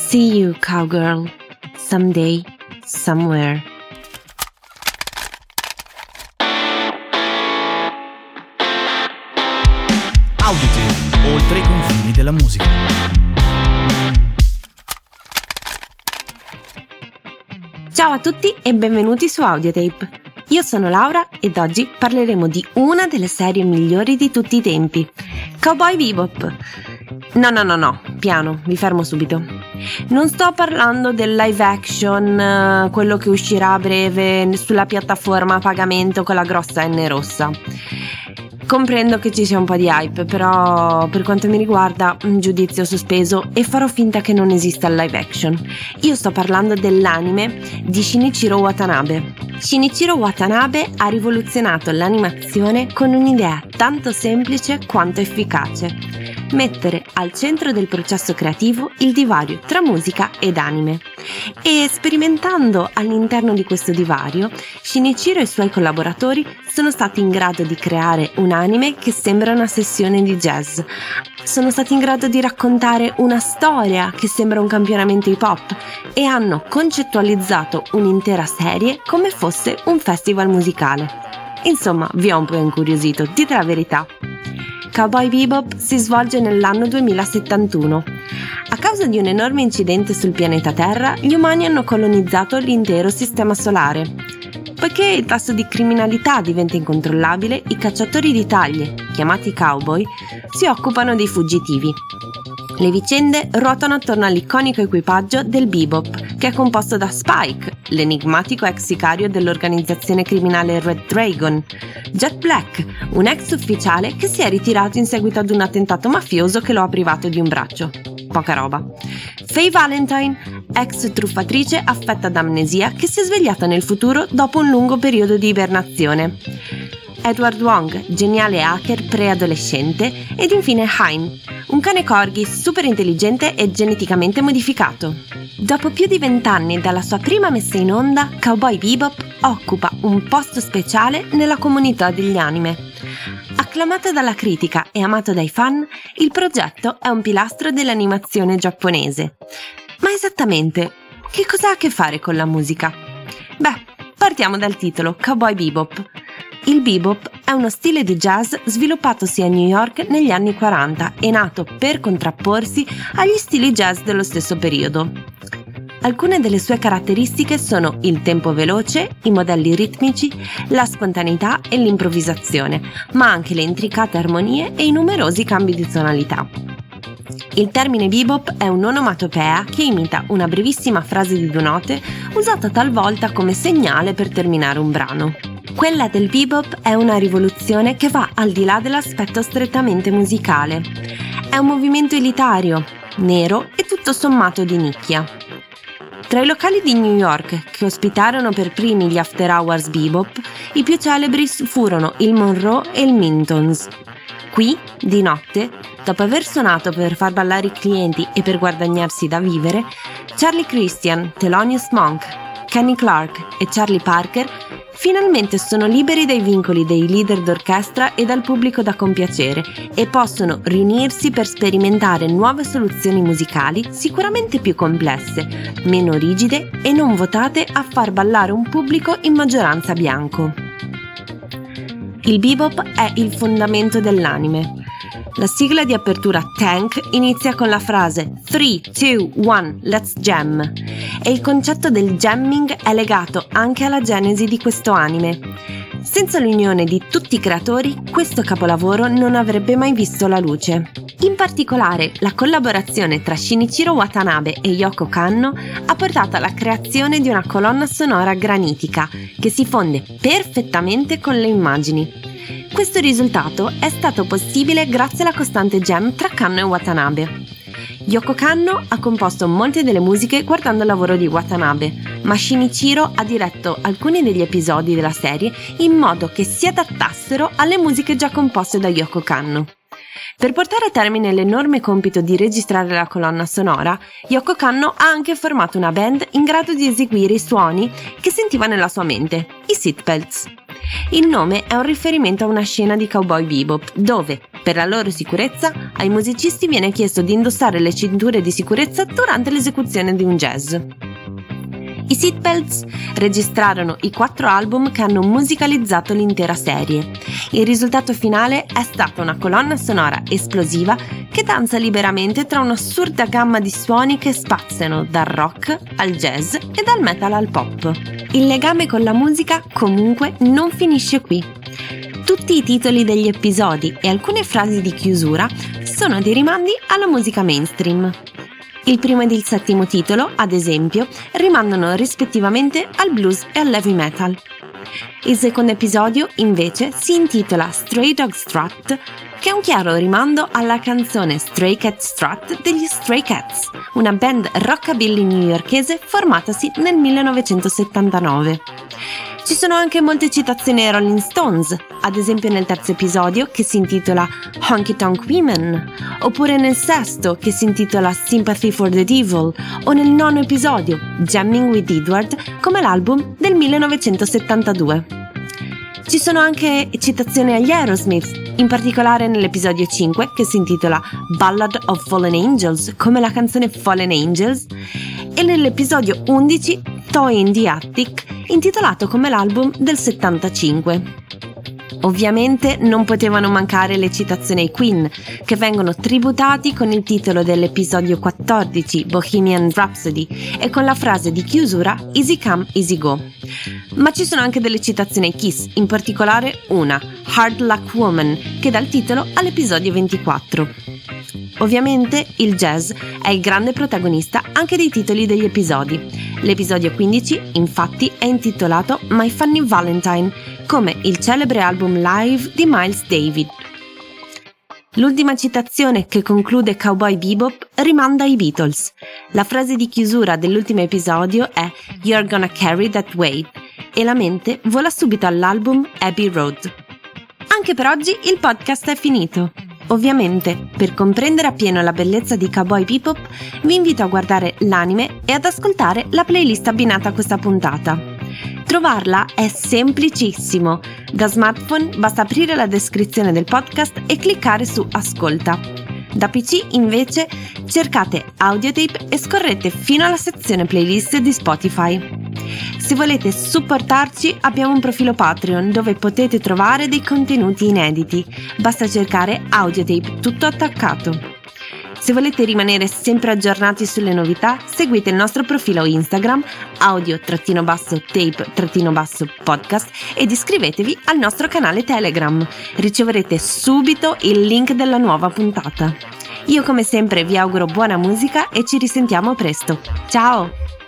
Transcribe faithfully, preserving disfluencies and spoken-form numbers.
See you, cowgirl, someday, somewhere. Auditape, oltre i confini della musica. Ciao a tutti e benvenuti su Audiotape. Io sono Laura ed oggi parleremo di una delle serie migliori di tutti i tempi, Cowboy Bebop. No, no, no, no, piano, vi fermo subito. Non sto parlando del live action, quello che uscirà a breve sulla piattaforma a pagamento con la grossa N rossa. Comprendo che ci sia un po' di hype, però per quanto mi riguarda un giudizio sospeso e farò finta che non esista il live action. Io sto parlando dell'anime di Shinichiro Watanabe. Shinichiro Watanabe ha rivoluzionato l'animazione con un'idea tanto semplice quanto efficace: mettere al centro del processo creativo il divario tra musica ed anime. E sperimentando all'interno di questo divario, Shinichiro e i suoi collaboratori sono stati in grado di creare un anime che sembra una sessione di jazz. Sono stati in grado di raccontare una storia che sembra un campionamento hip hop e hanno concettualizzato un'intera serie come fosse un festival musicale. Insomma, vi ho un po' incuriosito, dite la verità. Cowboy Bebop si svolge nell'anno duemilasettantuno. A causa di un enorme incidente sul pianeta Terra, gli umani hanno colonizzato l'intero sistema solare. Poiché il tasso di criminalità diventa incontrollabile, i cacciatori di taglie, chiamati cowboy, si occupano dei fuggitivi. Le vicende ruotano attorno all'iconico equipaggio del Bebop, che è composto da Spike, l'enigmatico ex sicario dell'organizzazione criminale Red Dragon, Jet Black, un ex ufficiale che si è ritirato in seguito ad un attentato mafioso che lo ha privato di un braccio. Poca roba. Faye Valentine, ex truffatrice affetta da amnesia che si è svegliata nel futuro dopo un lungo periodo di ibernazione. Edward Wong, geniale hacker preadolescente, ed infine Hein, un cane corgi super intelligente e geneticamente modificato. Dopo più di vent'anni dalla sua prima messa in onda, Cowboy Bebop occupa un posto speciale nella comunità degli anime. Acclamato dalla critica e amato dai fan, il progetto è un pilastro dell'animazione giapponese. Ma esattamente, che cosa ha a che fare con la musica? Beh, partiamo dal titolo, Cowboy Bebop. Il bebop è uno stile di jazz sviluppatosi a New York negli anni quaranta e nato per contrapporsi agli stili jazz dello stesso periodo. Alcune delle sue caratteristiche sono il tempo veloce, i modelli ritmici, la spontaneità e l'improvvisazione, ma anche le intricate armonie e i numerosi cambi di tonalità. Il termine bebop è un'onomatopea che imita una brevissima frase di due note usata talvolta come segnale per terminare un brano. Quella del bebop è una rivoluzione che va al di là dell'aspetto strettamente musicale. È un movimento elitario, nero e tutto sommato di nicchia. Tra i locali di New York che ospitarono per primi gli After Hours Bebop, i più celebri furono il Monroe e il Minton's. Qui, di notte, dopo aver suonato per far ballare i clienti e per guadagnarsi da vivere, Charlie Christian, Thelonious Monk, Kenny Clark e Charlie Parker finalmente sono liberi dai vincoli dei leader d'orchestra e dal pubblico da compiacere e possono riunirsi per sperimentare nuove soluzioni musicali sicuramente più complesse, meno rigide e non votate a far ballare un pubblico in maggioranza bianco. Il bebop è il fondamento dell'anime. La sigla di apertura Tank inizia con la frase three, two, one, let's jam e il concetto del jamming è legato anche alla genesi di questo anime. Senza l'unione di tutti i creatori, questo capolavoro non avrebbe mai visto la luce. In particolare, la collaborazione tra Shinichiro Watanabe e Yoko Kanno ha portato alla creazione di una colonna sonora granitica che si fonde perfettamente con le immagini. Questo risultato è stato possibile grazie alla costante jam tra Kanno e Watanabe. Yoko Kanno ha composto molte delle musiche guardando il lavoro di Watanabe, ma Shinichiro ha diretto alcuni degli episodi della serie in modo che si adattassero alle musiche già composte da Yoko Kanno. Per portare a termine l'enorme compito di registrare la colonna sonora, Yoko Kanno ha anche formato una band in grado di eseguire i suoni che sentiva nella sua mente, i Seatbelts. Il nome è un riferimento a una scena di Cowboy Bebop, dove, per la loro sicurezza, ai musicisti viene chiesto di indossare le cinture di sicurezza durante l'esecuzione di un jazz. I Seatbelts registrarono i quattro album che hanno musicalizzato l'intera serie. Il risultato finale è stata una colonna sonora esplosiva che danza liberamente tra un'assurda gamma di suoni che spaziano dal rock al jazz e dal metal al pop. Il legame con la musica comunque non finisce qui. Tutti i titoli degli episodi e alcune frasi di chiusura sono dei rimandi alla musica mainstream. Il primo ed il settimo titolo, ad esempio, rimandano rispettivamente al blues e all'heavy metal. Il secondo episodio, invece, si intitola Stray Dog Strut, che è un chiaro rimando alla canzone Stray Cat Strut degli Stray Cats, una band rockabilly newyorkese formatasi nel millenovecentosettantanove. Ci sono anche molte citazioni ai Rolling Stones, ad esempio nel terzo episodio che si intitola Honky Tonk Women, oppure nel sesto che si intitola Sympathy for the Devil, o nel nono episodio Jamming with Edward come l'album del millenovecentosettantadue. Ci sono anche citazioni agli Aerosmith, in particolare nell'episodio cinque che si intitola Ballad of Fallen Angels come la canzone Fallen Angels, e nell'episodio undici Toy in the Attic intitolato come l'album del settantacinque. Ovviamente non potevano mancare le citazioni ai Queen, che vengono tributati con il titolo dell'episodio quattordici, Bohemian Rhapsody, e con la frase di chiusura Easy Come, Easy Go. Ma ci sono anche delle citazioni ai Kiss, in particolare una, Hard Luck Woman, che dà il titolo all'episodio ventiquattro. Ovviamente il jazz è il grande protagonista anche dei titoli degli episodi. L'episodio quindici, infatti, è intitolato My Funny Valentine, come il celebre album live di Miles Davis. L'ultima citazione che conclude Cowboy Bebop rimanda ai Beatles. La frase di chiusura dell'ultimo episodio è You're gonna carry that weight, e la mente vola subito all'album Abbey Road. Anche per oggi il podcast è finito. Ovviamente, per comprendere appieno la bellezza di Cowboy Bebop, vi invito a guardare l'anime e ad ascoltare la playlist abbinata a questa puntata. Trovarla è semplicissimo. Da smartphone basta aprire la descrizione del podcast e cliccare su Ascolta. Da P C, invece, cercate Audiotape e scorrete fino alla sezione playlist di Spotify. Se volete supportarci, abbiamo un profilo Patreon dove potete trovare dei contenuti inediti. Basta cercare Audiotape tutto attaccato. Se volete rimanere sempre aggiornati sulle novità, seguite il nostro profilo Instagram audio-tape-podcast ed iscrivetevi al nostro canale Telegram. Riceverete subito il link della nuova puntata. Io come sempre vi auguro buona musica e ci risentiamo presto. Ciao!